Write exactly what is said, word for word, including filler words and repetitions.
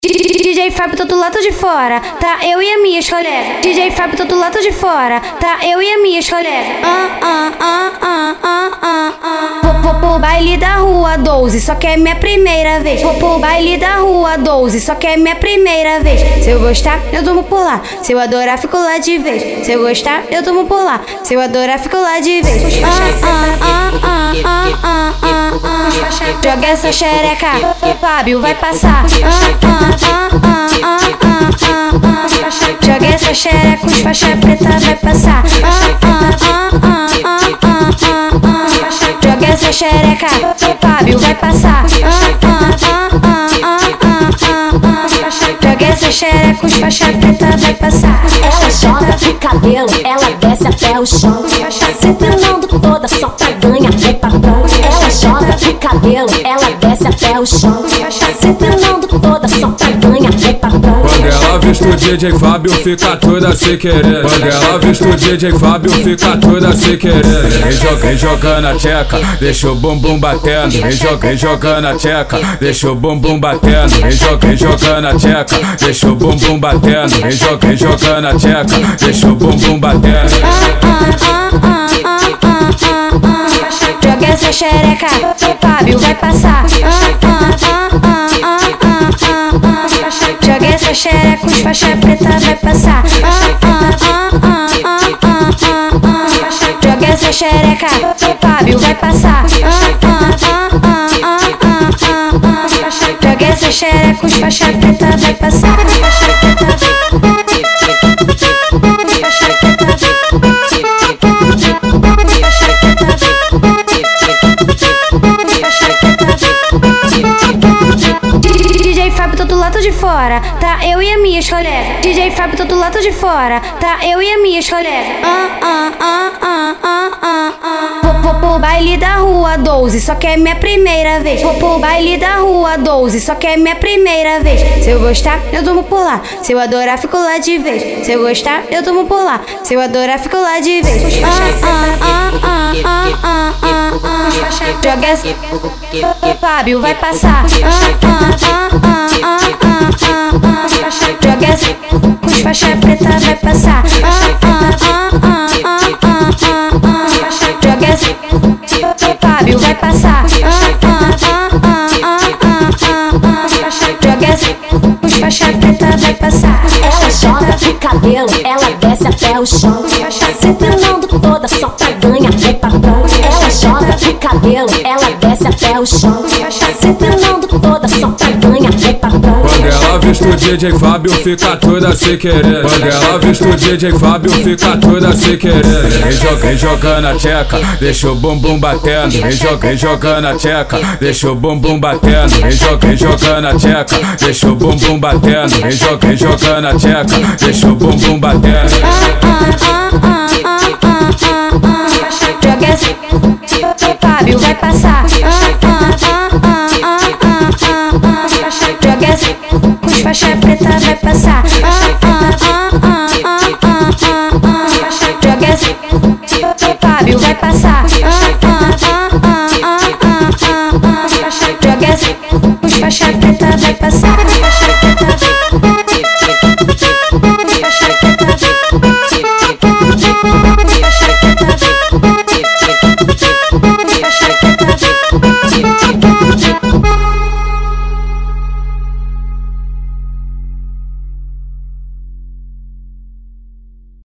D J Fábio, tô do lado de fora, tá eu e as minhas colegas. D J Fábio, tô do lado de fora, tá eu e as minhas colegas. Ah, ah, ah, ah, ah, ah, ah. Vou, vou pro baile da rua doze, só que é minha primeira vez. Vou pro baile da rua doze, só que é minha primeira vez. Se eu gostar, eu durmo por lá. Se eu adorar, fico lá de vez. Se eu gostar, eu durmo por lá. Se eu adorar, fico lá de vez. Ah, ah, ah, ah, ah, ah, ah, ah. Joga essa xereca, Fábio vai passar. Ah, ah, ah, ah, ah, ah, ah. Joga essa xereca, os faixa preta vai passar. Ah, ah, ah, ah, ah, ah, ah. Joga essa xereca, Fábio vai passar. Ah, ah, ah, ah, ah, ah, ah. Joga essa xereca, os faixa preta vai passar. Ela joga de cabelo, ela desce até o chão. Tá se empinando toda só pra ganhar o patrão. Ela joga de cabelo, ela desce até o chão. Tá se empinando toda só pra ganhar o patrão. Quando ela viste o D J Fábio, fica toda se querer. Quando ela viste o D J Fábio, fica toda se querer. Vem joga, vem jogando a tcheca, deixa o bumbum batendo. Vem joga, vem jogando a tcheca, deixa o bumbum batendo. Vem joga, vem jogando a tcheca, deixa o bumbum batendo. Vem joga, vem jogando a tcheca, deixa o bumbum batendo. Joga essa xereca, Fábio vai passar. Joga essa xereca, os faixa preta vai passar. Joga essa xereca, Fábio vai passar. Joga essa xereca, os faixa preta vai passar. D J Fábio, tô do lado de fora, tá eu e as minhas colegas. D J Fábio, tô do lado de fora, tá eu e as minhas colegas. Ah, ah, ah, ah, ah, ah, ah. Vou, vou pro baile da rua doze, só que é minha primeira vez. Vou pro baile da rua doze, só que é minha primeira vez. Se eu gostar, eu durmo por lá. Se eu adorar, fico lá de vez. Se eu gostar, eu durmo por lá. Se eu adorar, fico lá de vez. Ah, ah, ah, ah, ah, ah, ah, ah. Joga essa, Fábio vai passar. Ah, ah, ah, ah, ah, ah, ah. Joga essa, os faixa preta vai passar. Ah, ah, ah, ah, ah, ah, ah. Joga essa, Fábio vai passar. Ah, ah, ah, ah, ah, ah. Joga essa, os faixa preta vai passar. Ela joga de cabelo, ela desce até o chão. Tá se empinando toda só pra ganhar o patrão. Ela joga de cabelo, ela desce até o chão. Tá se empinando toda só pra ganhar o patrão. Quando ela viste o D J Fábio, fica toda se querer. Quando ela viste o D J Fábio, fica toda se querer. Vem joga, vem jogando a tcheca, deixa o bumbum batendo. Vem joga, vem jogando a tcheca, deixa o bumbum batendo. Vem joga, vem jogando a tcheca, deixa o bumbum batendo. Vem joga, vem jogando a tcheca, deixa o bumbum batendo. Joga essa, Fábio vai passar. Joga essa, os faixa preta vai passar.